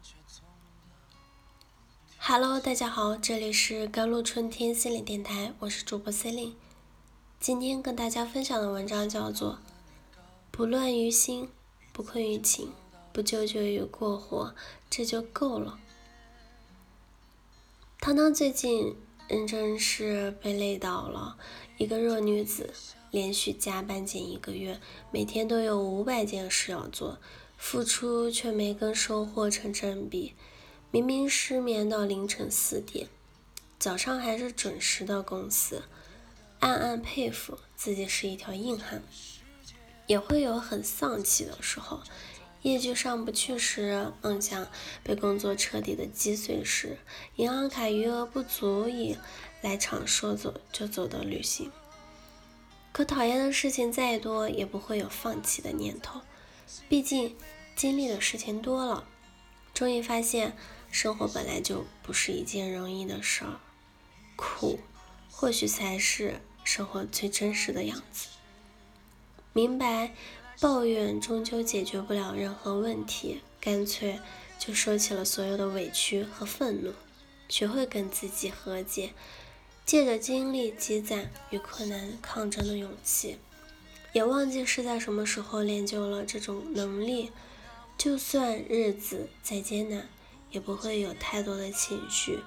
Hello， 大家好，这里是甘露春天心理电台，我是主播 Celine。今天跟大家分享的文章叫做不乱于心，不困于情，不纠结于过活，这就够了。汤汤最近真是被累倒了，一个弱女子连续加班近1个月，每天都有500件事要做，付出却没跟收获成正比。明明失眠到凌晨4点，早上还是准时到公司，暗暗佩服自己是一条硬汉。也会有很丧气的时候，业绩上不去时，梦想被工作彻底的击碎时，银行卡余额不足以来场说走就走的旅行。可讨厌的事情再多，也不会有放弃的念头，毕竟经历的事情多了，终于发现生活本来就不是一件容易的事儿，苦或许才是生活最真实的样子。明白抱怨终究解决不了任何问题，干脆就收起了所有的委屈和愤怒，学会跟自己和解，借着经历积攒与困难抗争的勇气，也忘记是在什么时候练就了这种能力，就算日子再艰难，也不会有太多的情绪，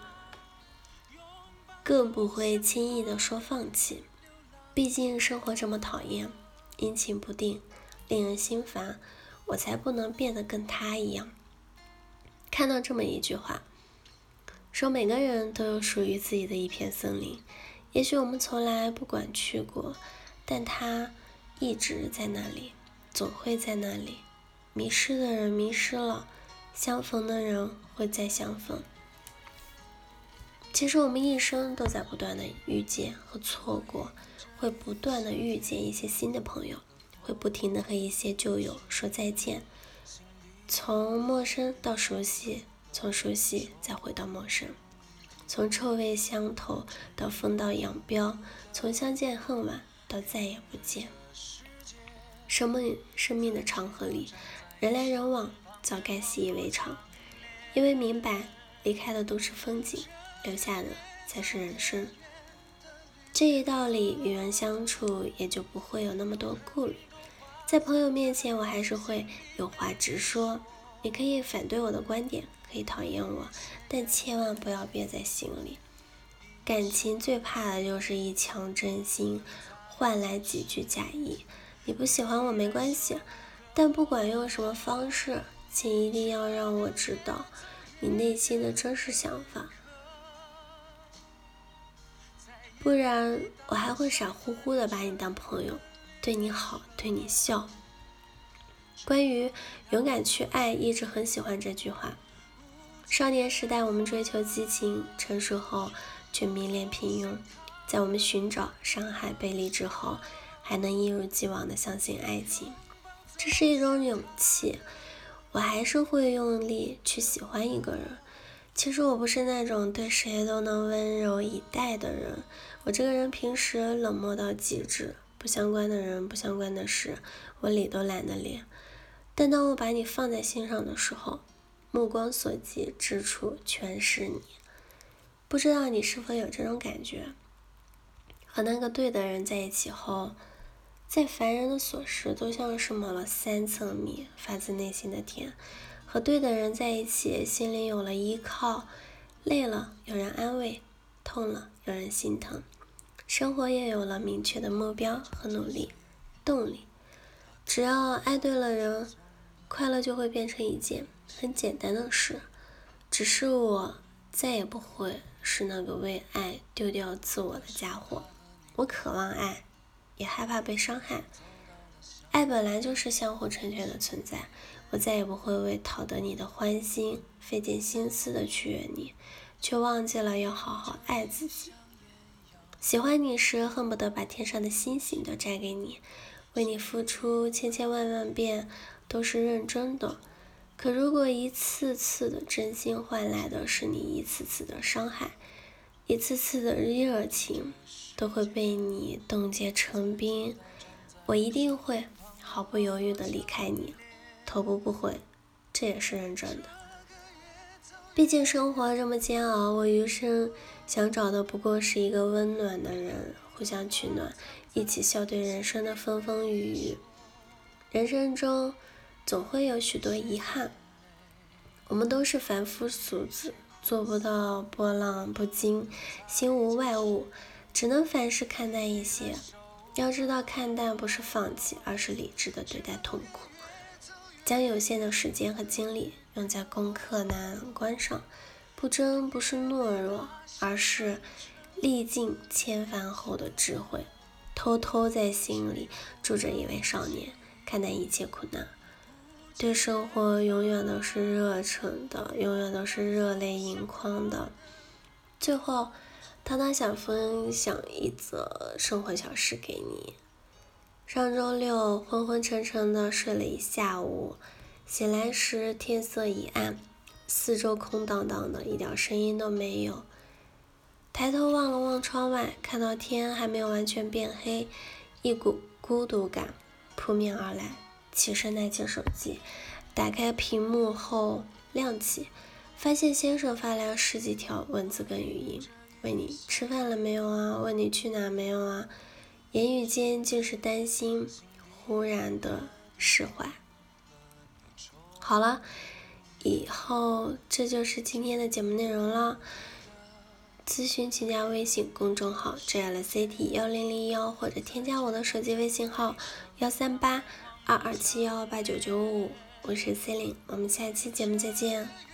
更不会轻易的说放弃。毕竟生活这么讨厌，阴晴不定，令人心烦，我才不能变得跟他一样。看到这么一句话，说每个人都有属于自己的一片森林，也许我们从来不管去过，但它一直在那里，总会在那里。迷失的人迷失了，相逢的人会再相逢。其实我们一生都在不断的遇见和错过，会不断的遇见一些新的朋友，会不停的和一些旧友说再见。从陌生到熟悉，从熟悉再回到陌生，从臭味相投到分道扬镳，从相见恨晚到再也不见。生命的长河里，人来人往，早该习以为常，因为明白离开的都是风景，留下的才是人生。这一道理，与人相处也就不会有那么多顾虑。在朋友面前，我还是会有话直说，你可以反对我的观点，可以讨厌我，但千万不要憋在心里。感情最怕的就是一腔真心换来几句假意。你不喜欢我没关系，但不管用什么方式，请一定要让我知道你内心的真实想法，不然我还会傻乎乎的把你当朋友，对你好，对你笑。关于勇敢去爱，一直很喜欢这句话。少年时代我们追求激情，成熟后却迷恋平庸，在我们寻找伤害背离之后，还能一如既往的相信爱情，这是一种勇气。我还是会用力去喜欢一个人。其实我不是那种对谁都能温柔以待的人，我这个人平时冷漠到极致，不相关的人，不相关的事，我理都懒得理。但当我把你放在心上的时候，目光所及之处全是你。不知道你是否有这种感觉？和那个对的人在一起后，再烦人的琐事都像是抹了3层米，发自内心的甜。和对的人在一起，心里有了依靠，累了有人安慰，痛了有人心疼，生活也有了明确的目标和努力动力。只要爱对了人，快乐就会变成一件很简单的事。只是我再也不会是那个为爱丢掉自我的家伙。我渴望爱，也害怕被伤害。爱本来就是相互成全的存在，我再也不会为讨得你的欢心费尽心思的取悦你，却忘记了要好好爱自己。喜欢你时，恨不得把天上的星星都摘给你，为你付出千千万万遍都是认真的。可如果一次次的真心换来的是你一次次的伤害，一次次的热情都会被你冻结成冰，我一定会毫不犹豫的离开你，头都不回，这也是认真的。 毕竟生活这么煎熬，我余生想找的不过是一个温暖的人，互相取暖，一起笑对人生的风风雨雨。人生中总会有许多遗憾，我们都是凡夫俗子，做不到波浪不惊，心无外物，只能凡事看淡一些。要知道，看淡不是放弃，而是理智的对待痛苦。将有限的时间和精力用在攻克难关上，不争不是懦弱，而是历尽千帆后的智慧。偷偷在心里住着一位少年，看淡一切苦难，对生活永远都是热忱的，永远都是热泪盈眶的。最后，涛涛想分享一则生活小事给你。上周六昏昏沉沉的睡了一下午，醒来时天色已暗，四周空荡荡的，一点声音都没有。抬头望了望窗外，看到天还没有完全变黑，一股孤独感扑面而来。起身拿起手机，打开屏幕后亮起，发现先生发来十几条文字跟语音，问你吃饭了没有啊，问你去哪没有啊，言语间尽是担心，忽然的释怀。好了，以后这就是今天的节目内容了。咨询请加微信公众号 JLCT1001，或者添加我的手机微信号13822718995，我是 Celine，我们下期节目再见。